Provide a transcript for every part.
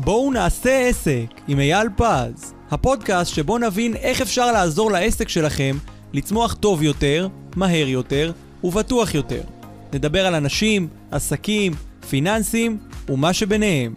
בואו נעשה עסק עם אייל פז, הפודקאסט שבו נבין איך אפשר לעזור לעסק שלכם לצמוח טוב יותר, מהר יותר ובטוח יותר. נדבר על אנשים, עסקים, פיננסים ומה שביניהם.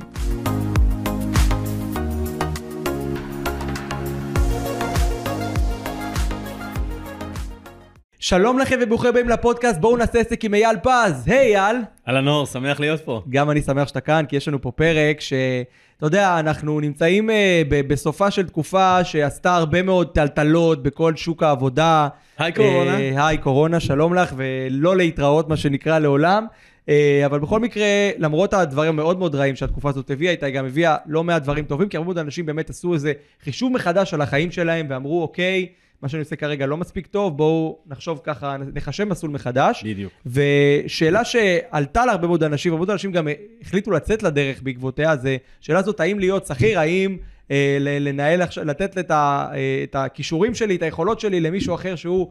שלום לכם וברוכים הבאים לפודקאסט, בואו נעשה עסק עם אייל פז. היי אייל. אהלן אור, שמח להיות פה. גם אני שמח שאתה כאן, כי יש לנו פה פרק אתה יודע, אנחנו נמצאים בסופה של תקופה שעשתה הרבה מאוד טלטלות בכל שוק העבודה. היי קורונה. היי קורונה, שלום לך, ולא להתראות מה שנקרא לעולם. אבל בכל מקרה, למרות הדברים מאוד מאוד רעים שהתקופה הזאת הביאה, היא גם הביאה לא מעט דברים טובים, כי הרבה מאוד אנשים באמת עשו איזה חישוב מחדש על החיים שלהם, ואמרו, אוקיי, מה שאני עושה כרגע לא מספיק טוב, בואו נחשוב ככה, נחשב מסלול מחדש. בדיוק. ושאלה שעלתה להרבה מאוד אנשים, הרבה מאוד אנשים גם החליטו לצאת לדרך בעקבותיה, זה שאלה זאת, האם להיות שכיר, האם לנהל, לתת את הכישורים שלי, את היכולות שלי למישהו אחר שהוא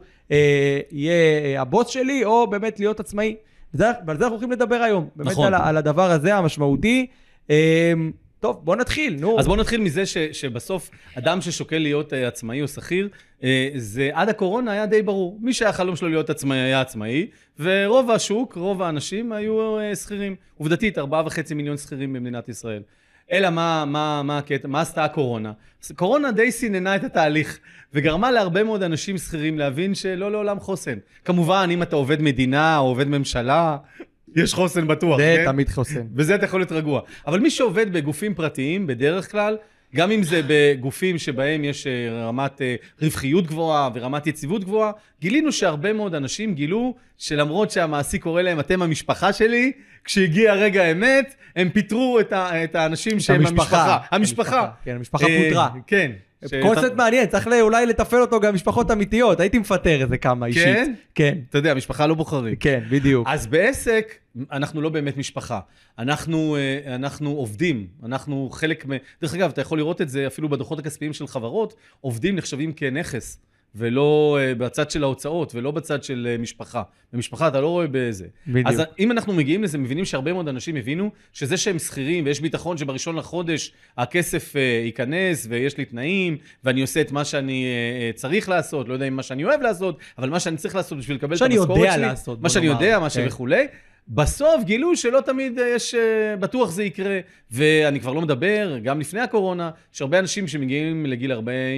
יהיה הבוס שלי, או באמת להיות עצמאי. ועל זה אנחנו הולכים לדבר היום. באמת נכון. על הדבר הזה המשמעותי. טוב, בוא נתחיל, נו. אז בוא נתחיל מזה שבסוף אדם ששוקל להיות עצמאי או שכיר, זה עד הקורונה היה די ברור. מי שהיה חלום שלו להיות עצמאי היה עצמאי, ורוב השוק, רוב האנשים היו שכירים. עובדתית, 4.5 מיליון שכירים במדינת ישראל. אלא מה עשתה הקורונה? קורונה די סיננה את התהליך, וגרמה להרבה מאוד אנשים שכירים להבין שלא לעולם חוסן. כמובן, אם אתה עובד מדינה או עובד ממשלה, יש חוסן בטוח. זה כן? תמיד חוסן. וזה אתה יכול להיות רגוע. אבל מי שעובד בגופים פרטיים, בדרך כלל, גם אם זה בגופים שבהם יש רמת רווחיות גבוהה ורמת יציבות גבוהה, גילינו שהרבה מאוד אנשים גילו שלמרות שהמעסיק קורא להם, אתם המשפחה שלי, כשהגיע רגע האמת, הם פיתרו את האנשים שהם המשפחה. המשפחה. כן, המשפחה פוטרה. כן. קונספט מעניין, צריך אולי לתפעל אותו גם משפחות אמיתיות, הייתי מפטר איזה כמה אישית. כן? כן. אתה יודע, משפחה לא בוחרים. כן, בדיוק. אז בעסק, אנחנו לא באמת משפחה. אנחנו עובדים, אנחנו חלק דרך אגב, אתה יכול לראות את זה אפילו בדוחות הכספיים של חברות, עובדים נחשבים כנכס, ולא בצד של ההוצאות, ולא בצד של משפחה. במשפחה אתה לא רואה בזה. בדיוק. אז אם אנחנו מגיעים לזה, מבינים שהרבה מאוד אנשים הבינו שזה שהם שכירים, ויש ביטחון שבראשון לחודש הכסף ייכנס, ויש לי תנאים, ואני עושה את מה שאני צריך לעשות, לא יודע אם מה שאני אוהב לעשות, אבל מה שאני צריך לעשות בשביל לקבל את המשכורת שלי, מה שאני יודע, מה שבכולי. בסוף גילו שלא תמיד יש, בטוח זה יקרה, ואני כבר לא מדבר, גם לפני הקורונה, שהרבה אנשים שמגיעים לגיל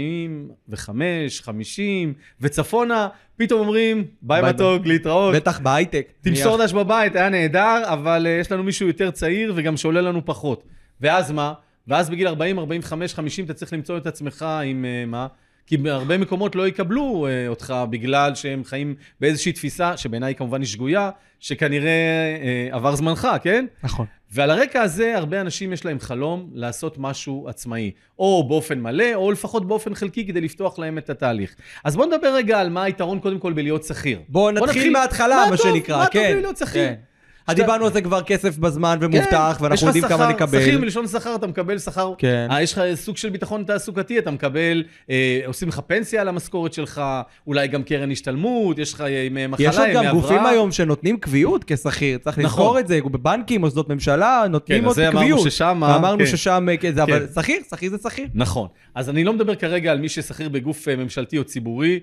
45, 50, וצפונה, פתאום אומרים, ביי מתוק, להתראות. בטח בהייטק. תמסור דש בבית, היה נהדר, אבל יש לנו מישהו יותר צעיר, וגם שעולה לנו פחות. ואז מה? ואז בגיל 40, 45, 50, אתה צריך למצוא את עצמך עם מה? כי בהרבה מקומות לא יקבלו אותך בגלל שהם חיים באיזושהי תפיסה, שבעיניי כמובן היא שגויה, שכנראה עבר זמנך, כן? נכון. ועל הרקע הזה, הרבה אנשים יש להם חלום לעשות משהו עצמאי, או באופן מלא, או לפחות באופן חלקי, כדי לפתוח להם את התהליך. אז בואו נדבר רגע על מה היתרון קודם כל בלהיות שכיר. בואו נתחיל מההתחלה, מה שנקרא. מה טוב בלהיות שכיר? דיברנו על זה כבר כסף בזמן ומובטח, ואנחנו יודעים כמה נקבל. שכיר מלשון שכר, אתה מקבל שכר. יש לך סוג של ביטחון תעסוקתי, אתה מקבל, עושים לך פנסיה על המשכורת שלך, אולי גם קרן השתלמות, יש לך ימי מחלה, יש עוד גם גופים היום שנותנים קביעות כשכיר, צריך לזכור את זה, בבנקים, מוסדות ממשלה, נותנים עוד קביעות. אמרנו ששם, אבל שכיר זה שכיר. נכון. אז אני לא מדבר כרגע על מי ששכיר בגוף ממשלתי או ציבורי,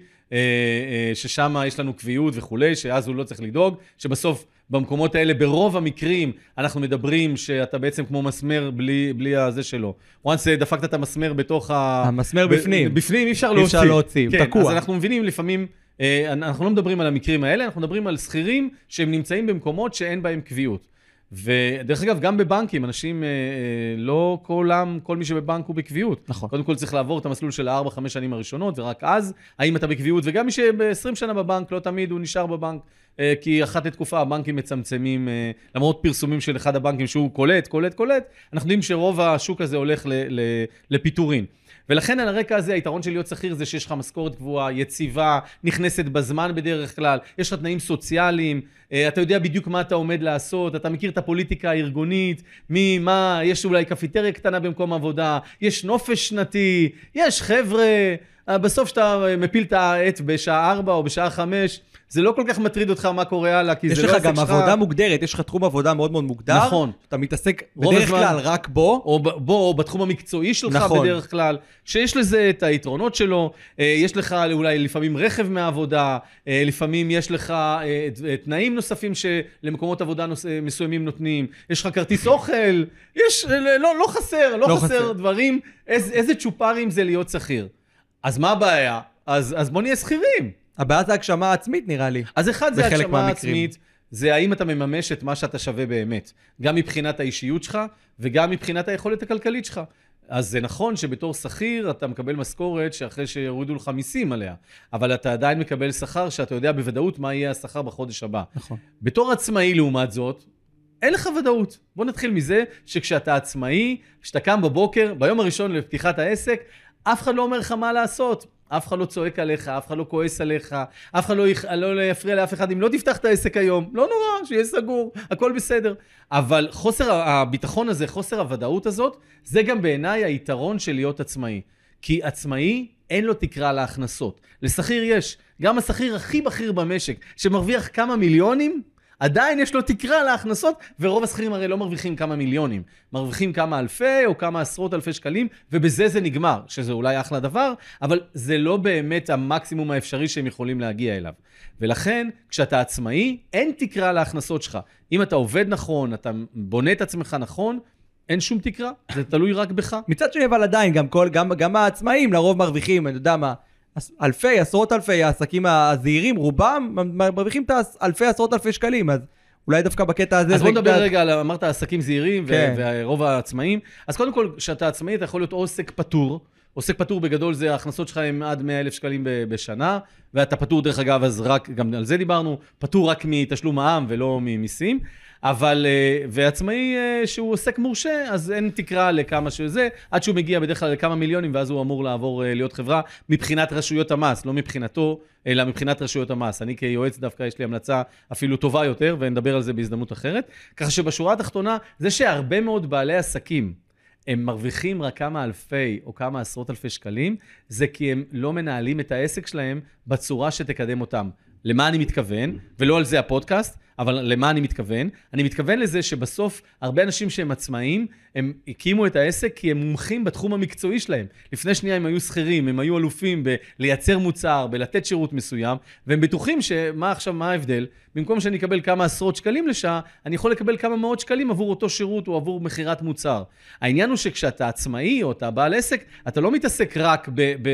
ששם יש לנו קביעות וכולי, שאז הוא לא צריך לדאוג, שבסוף במקומות האלה, ברוב המקרים, אנחנו מדברים שאתה בעצם כמו מסמר בלי הזה שלו. once דפקת את המסמר בתוך המסמר בפנים. בפנים אי אפשר להוציא. תקוע. אז אנחנו מבינים לפעמים, אנחנו לא מדברים על המקרים האלה, אנחנו מדברים על שכירים שהם נמצאים במקומות שאין בהם קביעות. ודרך אגב, גם בבנקים, אנשים לא כל מי שבבנק הוא בקביעות. נכון. קודם כל צריך לעבור את המסלול של 4-5 שנים הראשונות, ורק אז, האם אתה בקביעות, וגם מי שב-20 שנה בבנק, לא תמיד הוא נשאר בבנק, כי אחת לתקופה הבנקים מצמצמים, למרות פרסומים של אחד הבנקים שהוא קולט, אנחנו יודעים שרוב השוק הזה הולך לפיטורין. ולכן על הרקע הזה, היתרון של להיות שכיר זה שיש לך משכורת גבוהה, יציבה, נכנסת בזמן בדרך כלל, יש לך תנאים סוציאליים, אתה יודע בדיוק מה אתה עומד לעשות, אתה מכיר את הפוליטיקה הארגונית, יש אולי קפיטריה קטנה במקום עבודה, יש נופש שנתי, יש חבר'ה, בסוף שאתה מפיל את העט בשעה 4 או בשעה 5, זה לא כל כך מטריד אותך מה קורה הלאה, כי זה לא עסק שלך. יש לך גם עבודה מוגדרת, יש לך תחום עבודה מאוד מאוד מוגדר. נכון. אתה מתעסק בדרך כלל רק בו. או בתחום המקצועי שלך בדרך כלל, שיש לזה את היתרונות שלו. יש לך אולי לפעמים רכב מהעבודה, לפעמים יש לך תנאים נוספים שלמקומות עבודה מסוימים נותנים, יש לך כרטיס אוכל, לא חסר דברים. איזה צ'ופרים זה להיות שכיר. אז מה הבעיה? אז בוא נהיה שכירים. הבעיה זה הגשמה עצמית נראה לי. אז אחד זה הגשמה עצמית, זה האם אתה מממש את מה שאתה שווה באמת. גם מבחינת האישיות שלך, וגם מבחינת היכולת הכלכלית שלך. אז זה נכון שבתור שכיר אתה מקבל משכורת שאחרי שיורידו לך מיסים עליה, אבל אתה עדיין מקבל שכר שאתה יודע בוודאות מה יהיה השכר בחודש הבא. נכון. בתור עצמאי לעומת זאת, אין לך ודאות. בוא נתחיל מזה שכשאתה עצמאי, כשאתה קם בבוקר, ביום הראשון לפתיחת העסק, אף אחד לא אומר לך מה לעשות. אף אחד לא צועק עליך, אף אחד לא כועס עליך, אף אחד לא יפריע לאף אחד. אם לא תפתח את העסק היום, לא נורא, שיהיה סגור, הכל בסדר. אבל חוסר הביטחון הזה, חוסר הוודאות הזאת, זה גם בעיניי היתרון של להיות עצמאי. כי עצמאי אין לו תקרה להכנסות. לשכיר יש. גם השכיר הכי בכיר במשק, שמרוויח כמה מיליונים, עדיין יש לו תקרה להכנסות, ורוב השכירים הרי לא מרוויחים כמה מיליונים, מרוויחים כמה אלפי או כמה עשרות אלפי שקלים, ובזה זה נגמר, שזה אולי אחלה דבר, אבל זה לא באמת המקסימום האפשרי שהם יכולים להגיע אליו. ולכן, כשאתה עצמאי, אין תקרה להכנסות שלך. אם אתה עובד נכון, אתה בונה את עצמך נכון, אין שום תקרה, זה תלוי רק בך. מצד שני, אבל עדיין, גם העצמאים לרוב מרוויחים, אני יודע מה, אלפי, עשרות אלפי, העסקים הזעירים, רובם מרוויחים את אלפי, עשרות אלפי שקלים, אז אולי דווקא בקטע הזה... אז בוא נדבר רגע, אמרת עסקים זעירים ורוב העצמאים, אז קודם כל, כשאתה עצמאי, אתה יכול להיות עוסק פטור, עוסק פטור בגדול זה ההכנסות שלך הם עד 100,000 שקלים בשנה, ואתה פטור דרך אגב, אז רק, גם על זה דיברנו, פטור רק מתשלום מע"מ ולא ממיסים, אבל, ועצמאי שהוא עוסק מורשה, אז אין תקרה לכמה שזה, עד שהוא מגיע בדרך כלל לכמה מיליונים, ואז הוא אמור לעבור להיות חברה מבחינת רשויות המס, לא מבחינתו, אלא מבחינת רשויות המס. אני כיועץ דווקא יש לי המלצה אפילו טובה יותר, ונדבר על זה בהזדמנות אחרת. ככה שבשורה התחתונה, זה שהרבה מאוד בעלי עסקים, הם מרוויחים רק כמה אלפי או כמה עשרות אלפי שקלים, זה כי הם לא מנהלים את העסק שלהם בצורה שתקדם אותם. למה אני מתכוון? ולא על זה הפודקאסט, אבל למה אני מתכוון? אני מתכוון לזה שבסוף הרבה אנשים שהם עצמאים, הם הקימו את העסק כי הם מומחים בתחום המקצועי שלהם. לפני שנייה הם היו שכירים, הם היו אלופים בלייצר מוצר, בלתת שירות מסוים, והם בטוחים שמה עכשיו, מה ההבדל? במקום שאני אקבל כמה עשרות שקלים לשעה, אני יכול לקבל כמה מאות שקלים עבור אותו שירות או עבור מחירת מוצר. העניין הוא שכשאתה עצמאי או אתה בעל עסק, אתה לא מתעסק רק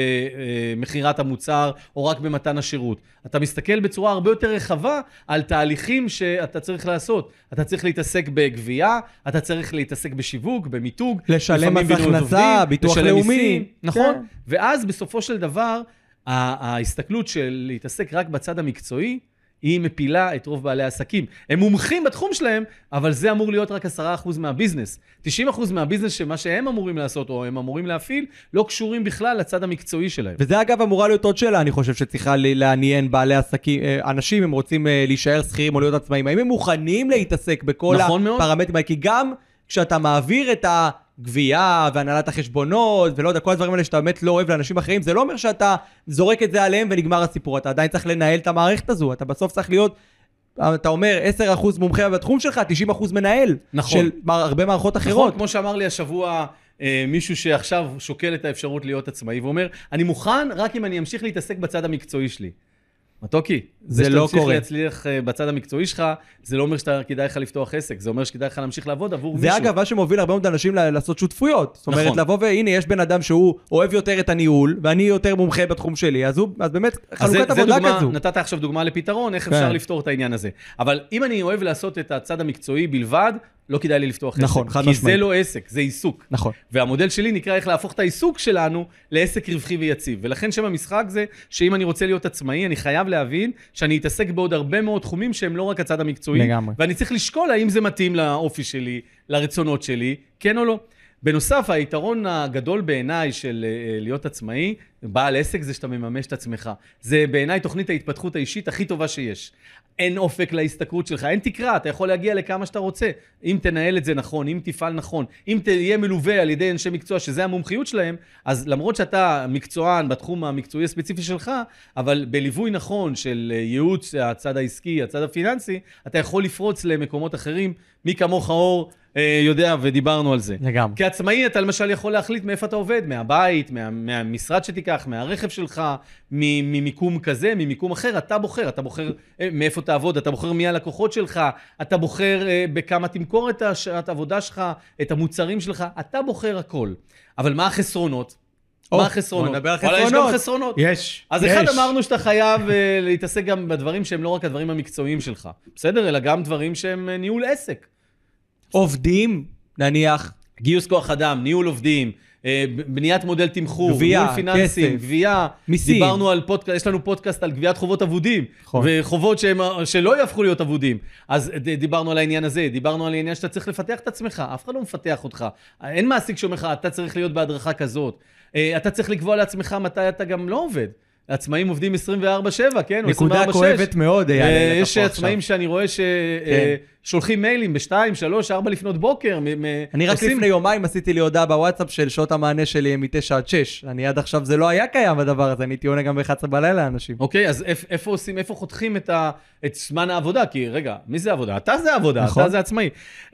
במחירת המוצר או רק במתן השירות. אתה מסתכל בצורה הרבה יותר רחבה על תהליכים שאתה צריך לעשות. אתה צריך להתעסק בגבייה, אתה צריך להתעסק בשיווק, במיתוג. לשלם מס הכנסה, ביטוח לאומי. נכון? ואז בסופו של דבר, ההסתכלות של להתעסק רק בצד המקצועי, היא מפילה את רוב בעלי העסקים. הם מומחים בתחום שלהם, אבל זה אמור להיות רק 10% מהביזנס. 90% מהביזנס שמה שהם אמורים לעשות, או הם אמורים להפעיל, לא קשורים בכלל לצד המקצועי שלהם. וזה אגב אמורה להיות עוד שאלה, אני חושב שצריכה לעניין בעלי עסקים, אנשים הם רוצים להישאר שכירים או להיות עצמאים, האם הם מוכנים להתעסק בכל הפרמטרים, כי גם כשאתה מעביר את הגבייה והנהלת החשבונות, ולא יודע, כל הדברים האלה שאתה באמת לא אוהב לאנשים אחרים, זה לא אומר שאתה זורק את זה עליהם ונגמר הסיפור, אתה עדיין צריך לנהל את המערכת הזו, אתה בסוף צריך להיות, אתה אומר 10% מומחה בתחום שלך, 90% מנהל, נכון. של הרבה מערכות אחרות. נכון, כמו שאמר לי השבוע, מישהו שעכשיו שוקל את האפשרות להיות עצמאי, ואומר, אני מוכן רק אם אני אמשיך להתעסק בצד המקצועי שלי. מתוקי, זה לא קורה. להצליח בצד המקצועי שלך, זה לא אומר שכדאי לך לפתוח עסק, זה אומר שכדאי לך להמשיך לעבוד עבור מישהו. זה אגב מה שמוביל הרבה מאוד אנשים לעשות שותפויות. זאת אומרת, לבוא והנה, יש בן אדם שהוא אוהב יותר את הניהול, ואני יותר מומחה בתחום שלי, אז באמת חלוקת עבודה כזו. נתת עכשיו דוגמה לפתרון, איך אפשר לפתור את העניין הזה. אבל אם אני אוהב לעשות את הצד המקצועי בלבד, לא כדאי לי לפתוח עסק. נכון, חד כי משמעית. זה לא עסק, זה עיסוק. נכון. והמודל שלי נקרא איך להפוך את העיסוק שלנו לעסק רווחי ויציב. ולכן שם המשחק זה שאם אני רוצה להיות עצמאי, אני חייב להבין שאני אתעסק בעוד הרבה מאוד תחומים שהם לא רק הצד המקצועי. לגמרי. ואני צריך לשקול האם זה מתאים לאופי שלי, לרצונות שלי, כן או לא. בנוסף, היתרון הגדול בעיניי של להיות עצמאי, בעל עסק, זה שאתה מממש את עצמך. זה בעיניי תוכנית ההתפתחות האישית הכי טובה שיש. אין אופק להסתכרות שלך, אין תקרה, אתה יכול להגיע לכמה שאתה רוצה. אם תנהל את זה נכון, אם תפעל נכון, אם תהיה מלווה על ידי אנשי מקצוע, שזה המומחיות שלהם, אז למרות שאתה מקצוען בתחום המקצועי הספציפי שלך, אבל בליווי נכון של ייעוץ, הצד העסקי, הצד הפיננסי, אתה יכול לפרוץ למקומות אחרים, מי כמוך אור יודע, ודיברנו על זה. לגמרי. כעצמאי אתה למשל יכול להחליט מאיפה אתה עובד, מהבית, מהמשרד שתיקח, מהרכב שלך, ממיקום כזה, ממיקום אחר, אתה בוחר מאיפה תעבוד, אתה בוחר מי הלקוחות שלך, אתה בוחר בכמה תמכור את העבודה שלך, את המוצרים שלך, אתה בוחר הכל. אבל מה החסרונות? מה החסרונות? בוא נדבר על וואלה, יש גם חסרונות. יש. אז אחד אמרנו שאתה חייב להתעסק גם בדברים שהם לא רק הדברים המקצועיים שלך, בסדר? אלא גם דברים שהם ניהול עסק. עובדים, נניח. גיוס כוח אדם, ניהול עובדים, בניית מודל תמחור, גבייה, ניהול פיננסים, כסף, גבייה. מיסים. דיברנו על פודקאסט, יש לנו פודקאסט על גביית חובות אבודים, נכון. וחובות שלא יהפכו להיות אבודים. אז דיברנו על העניין הזה, דיברנו על העניין שאתה צריך לפתח את עצמך, אף אחד לא מפתח אותך. אין מעסיק שאומר לך, אתה צריך להיות בהדרכה כזאת. אתה צריך לקבוע לעצמך מתי אתה גם לא עובד. עצמאים עובדים 24/7, כן? נקודה כואבת מאוד. יש עצמאים שאני רואה ששולחים מיילים ב-2, 3, 4 לפנות בוקר. אני רק לפני יומיים עשיתי לי הודעה בוואטסאפ של שעות המענה שלי מ-9 עד 6. אני עד עכשיו זה לא היה קיים הדבר הזה, אני תיונה גם ב-11 בלילה אנשים. אוקיי, אז איפה חותכים את זמן העבודה? כי רגע, מי זה עבודה? אתה זה עבודה, אתה זה עצמאי.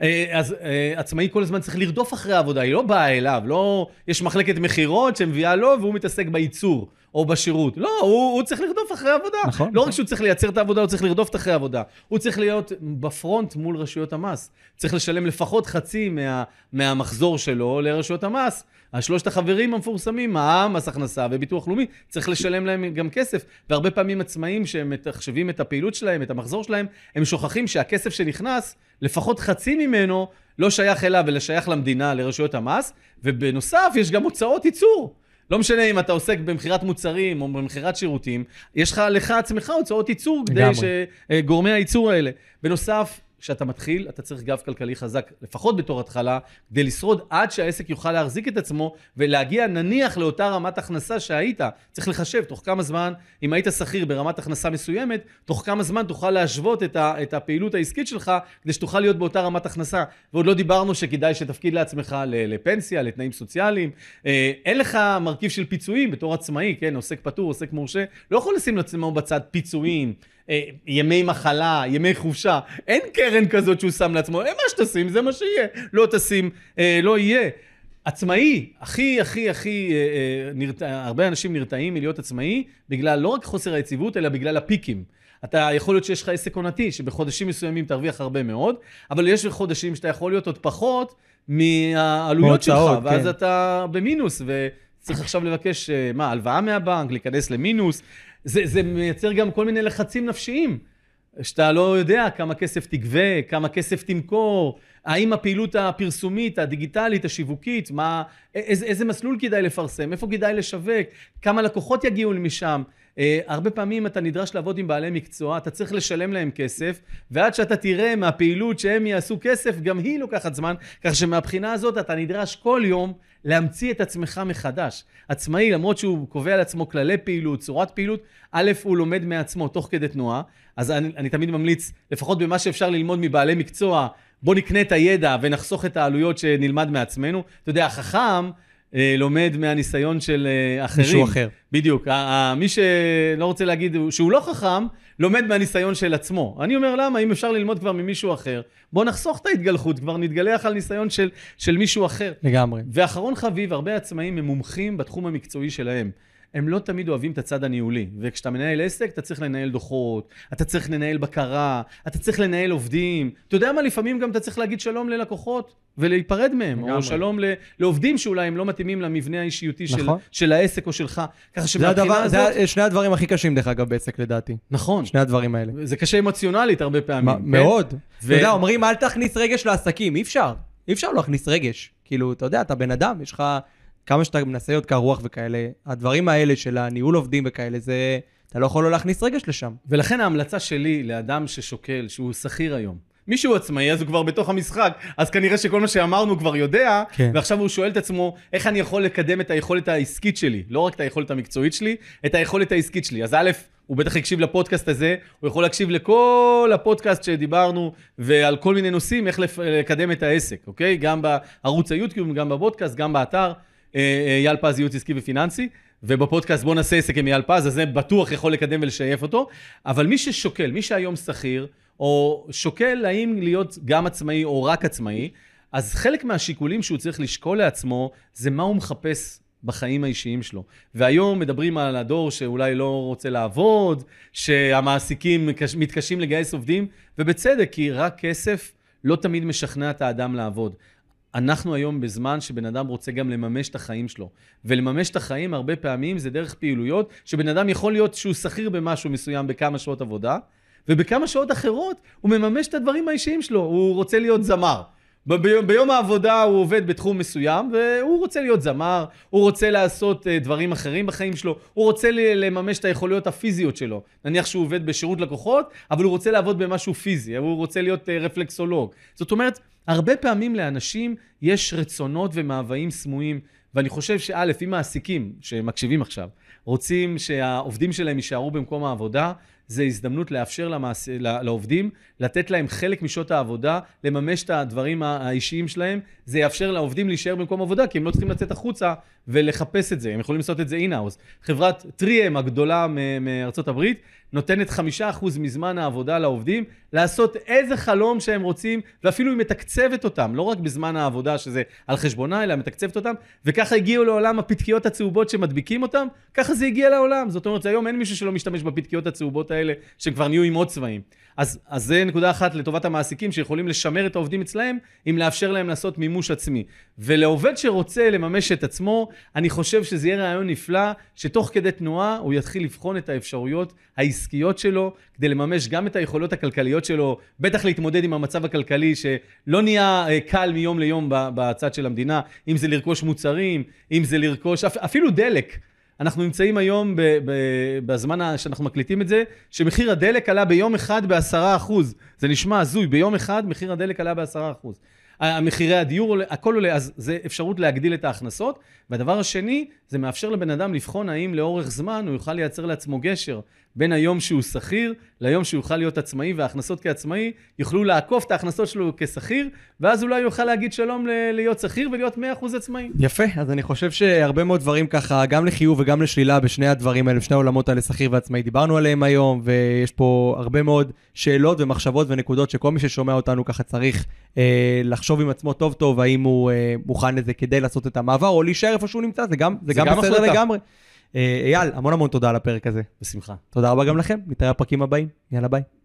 אז עצמאי כל הזמן צריך לרדוף אחרי העבודה, היא לא באה אליו, לא, יש מחלקת מחירות שמביאה לו והוא מתעסק בייצור. או בשירות. לא, הוא צריך לרדוף אחרי העבודה. נכון. לא רק שהוא צריך לייצר את העבודה, הוא צריך לרדוף אחרי העבודה. הוא צריך להיות בפרונט מול רשויות המס. צריך לשלם לפחות חצי מהמחזור שלו לרשויות המס. השלושת החברים המפורסמים, מע"מ, מס הכנסה וביטוח לאומי, צריך לשלם להם גם כסף. והרבה פעמים עצמאים שהם מתחשבים את הפעילות שלהם, את המחזור שלהם, הם שוכחים שהכסף שנכנס, לפחות חצי ממנו לא שייך אליו, אלא שייך למדינה, לרשויות המס. ובנוסף, יש גם הוצאות ייצור. לא משנה אם אתה עוסק במחירת מוצרים או במחירת שירותים, יש לך עצמך הוצאות ייצור כדי שגורמי הייצור האלה. בנוסף, כשאתה מתחיל, אתה צריך גב כלכלי חזק, לפחות בתור התחלה, כדי לשרוד עד שהעסק יוכל להחזיק את עצמו, ולהגיע נניח לאותה רמת הכנסה שהיית. צריך לחשב, תוך כמה זמן, אם היית שכיר ברמת הכנסה מסוימת, תוך כמה זמן תוכל להשוות את הפעילות העסקית שלך, כדי שתוכל להיות באותה רמת הכנסה. ועוד לא דיברנו שכדאי שתפקיד לעצמך לפנסיה, לתנאים סוציאליים. אין לך מרכיב של פיצויים בתור עצמאי, כן? עוסק פטור, עוסק מורשה, לא יכול לשים לעצמו בצד פיצויים. ימי מחלה, ימי חופשה, אין קרן כזאת שהוא שם לעצמו, מה שתשים זה מה שיהיה, לא תשים, לא יהיה. עצמאי, הכי, הרבה אנשים נרתעים מלהיות עצמאי, בגלל לא רק חוסר היציבות, אלא בגלל הפיקים. אתה יכול להיות שיש לך עסק עונתי, שבחודשים מסוימים תרוויח הרבה מאוד, אבל יש חודשים שאתה יכול להיות עוד פחות מהעלויות שלך, ואז אתה במינוס, וצריך עכשיו לבקש, הלוואה מהבנק, להיכנס למינוס, זה מייצר גם כל מיני לחצים נפשיים, שאתה לא יודע כמה כסף תגבה, כמה כסף תמכור, האם הפעילות הפרסומית, הדיגיטלית, השיווקית, איזה מסלול כדאי לפרסם, איפה כדאי לשווק, כמה לקוחות יגיעו משם. הרבה פעמים אתה נדרש לעבוד עם בעלי מקצוע, אתה צריך לשלם להם כסף, ועד שאתה תראה מהפעילות שהם יעשו כסף, גם היא לוקחת זמן, כך שמהבחינה הזאת אתה נדרש כל יום להמציא את עצמך מחדש. עצמאי, למרות שהוא קובע לעצמו כללי פעילות, צורת פעילות, א', הוא לומד מעצמו תוך כדי תנועה, אז אני תמיד ממליץ, לפחות במה שאפשר ללמוד מבעלי מקצוע, בוא נקנה את הידע ונחסוך את העלויות שנלמד מעצמנו. אתה יודע, החכם לומד מהניסיון של אחרים. מישהו אחר. בדיוק. מי שלא רוצה להגיד שהוא לא חכם, לומד מהניסיון של עצמו. אני אומר למה, אם אפשר ללמוד כבר ממישהו אחר, בוא נחסוך את ההתגלחות, כבר נתגלח על ניסיון של מישהו אחר. לגמרי. ואחרון חביב, הרבה עצמאים הם מומחים בתחום המקצועי שלהם. הם לא תמיד אוהבים את הצד הניהולי, וכשאתה מנהל עסק, אתה צריך לנהל דוחות, אתה צריך לנהל בקרה, אתה צריך לנהל עובדים. אתה יודע מה, לפעמים גם אתה צריך להגיד שלום ללקוחות, ולהיפרד מהם, או שלום לעובדים שאולי הם לא מתאימים למבנה האישיותי של העסק או שלך. ככה שמבחינה הזאת... זה שני הדברים הכי קשים דרך אגב בעסק לדעתי. נכון. שני הדברים האלה. זה קשה אמוציונלית הרבה פעמים. מאוד. אתה יודע, אומרים אל תכניס רגש לעסקים, אי אפשר לא להכניס רגש. כאילו, אתה יודע, אתה בן אדם, יש לך... כמה שאתה מנסה להיות כרוח וכאלה, הדברים האלה של הניהול עובדים וכאלה, אתה לא יכול לא להכניס רגש לשם. ולכן ההמלצה שלי לאדם ששוקל, שהוא שכיר היום, מישהו עצמאי, אז הוא כבר בתוך המשחק, אז כנראה שכל מה שאמרנו כבר יודע, כן. ועכשיו הוא שואל את עצמו, איך אני יכול לקדם את היכולת העסקית שלי, לא רק את היכולת המקצועית שלי, את היכולת העסקית שלי. אז א', הוא בטח יקשיב לפודקאסט הזה, הוא יכול להקשיב לכל הפודקאסט שדיברנו, ועל כל מיני נושאים, איך לקדם את העסק, אוקיי? גם בערוץ היוטיוב, גם בפודקאסט, גם באתר, אייל פז, ייעוץ עסקי ופיננסי, ובפודקאסט בוא נעשה עסק עם אייל פז, אז זה בטוח יכול לקדם ולשייף אותו, אבל מי ששוקל, מי שהיום שכיר, או שוקל האם להיות גם עצמאי או רק עצמאי, אז חלק מהשיקולים שהוא צריך לשקול לעצמו, זה מה הוא מחפש בחיים האישיים שלו. והיום מדברים על הדור שאולי לא רוצה לעבוד, שהמעסיקים מתקשים לגייס עובדים, ובצדק, כי רק כסף לא תמיד משכנע את האדם לעבוד. אנחנו היום בזמן שבן אדם רוצה גם לממש את החיים שלו. ולממש את החיים הרבה פעמים זה דרך פעילויות, שבן אדם יכול להיות שהוא שכיר במשהו מסוים בכמה שעות עבודה, ובכמה שעות אחרות הוא מממש את הדברים האישיים שלו. הוא רוצה להיות זמר. ביום העבודה הוא עובד בתחום מסוים, והוא רוצה להיות זמר, הוא רוצה לעשות דברים אחרים בחיים שלו, הוא רוצה לממש את היכוליות הפיזיות שלו. נניח שהוא עובד בשירות לקוחות, אבל הוא רוצה לעבוד במשהו פיזי, הוא רוצה להיות רפלקסולוג. זאת אומרת, הרבה פעמים לאנשים יש רצונות ומאוויים סמויים, ואני חושב שא', אם מעסיקים שמקשיבים עכשיו, רוצים שהעובדים שלהם יישארו במקום העבודה, זה הזדמנות לאפשר לעובדים, לתת להם חלק משעות העבודה, לממש את הדברים האישיים שלהם, זה יאפשר לעובדים להישאר במקום עבודה, כי הם לא צריכים לצאת החוצה ולחפש את זה, הם יכולים לעשות את זה אין-האוס. חברת 3M הגדולה מארצות הברית, נותנת 5% מזמן העבודה לעובדים, לעשות איזה חלום שהם רוצים, ואפילו היא מתקצבת אותם, לא רק בזמן העבודה שזה על חשבונה, אלא מתקצבת אותם, וככה הגיעו לעולם הפתקיות הצהובות שמדביקים אותם, ככה זה הגיע לעולם. זאת אומרת, היום אין מישהו שלא משתמש בפתקיות הצהובות האלה, שהם כבר נהיו עם עוד צבעים. אז זה נקודה אחת לטובת המעסיקים שיכולים לשמר את העובדים אצלהם, אם לאפשר להם לעשות מימוש עצמי. ולעובד שרוצה לממש את עצמו, אני חושב שזה יהיה רעיון נפלא, שתוך כדי תנועה הוא יתחיל לבחון את האפשרויות העסקיות שלו, כדי לממש גם את היכולות הכלכליות שלו, בטח להתמודד עם המצב הכלכלי שלא נהיה קל מיום ליום בצד של המדינה, אם זה לרכוש מוצרים, אם זה לרכוש אפילו דלק. אנחנו נמצאים היום בזמן שאנחנו מקליטים את זה, שמחיר הדלק עלה ביום אחד ב10%. זה נשמע הזוי, ביום אחד מחיר הדלק עלה ב10%. המחירי הדיור, הכל עולה, אז זה אפשרות להגדיל את ההכנסות. והדבר השני, זה מאפשר לבן אדם לבחון האם לאורך זמן הוא יוכל לייצר לעצמו גשר בין היום שהוא שכיר ליום שהוא יוכל להיות עצמאי, וההכנסות כעצמאי יוכלו לעקוף את ההכנסות שלו כשכיר, ואז אולי יוכל להגיד שלום להיות שכיר ולהיות 100% עצמאי. יפה, אז אני חושב שהרבה מאוד דברים ככה, גם לחיוב וגם לשלילה בשני הדברים האלה, בשני העולמות האלה, שכיר ועצמאי, דיברנו עליהם היום, ויש פה הרבה מאוד שאלות ומחשבות ונקודות שכל מי ששומע אותנו ככה צריך לחשוב עם עצמו טוב טוב, האם הוא מוכן לזה כדי לעשות את המעבר, או להישאר איפה שהוא נמצא, זה גם בסדר לגמרי. אייל, המון המון תודה על הפרק הזה. בשמחה. תודה רבה גם לכם, נתראה בפרקים הבאים. יאללה ביי.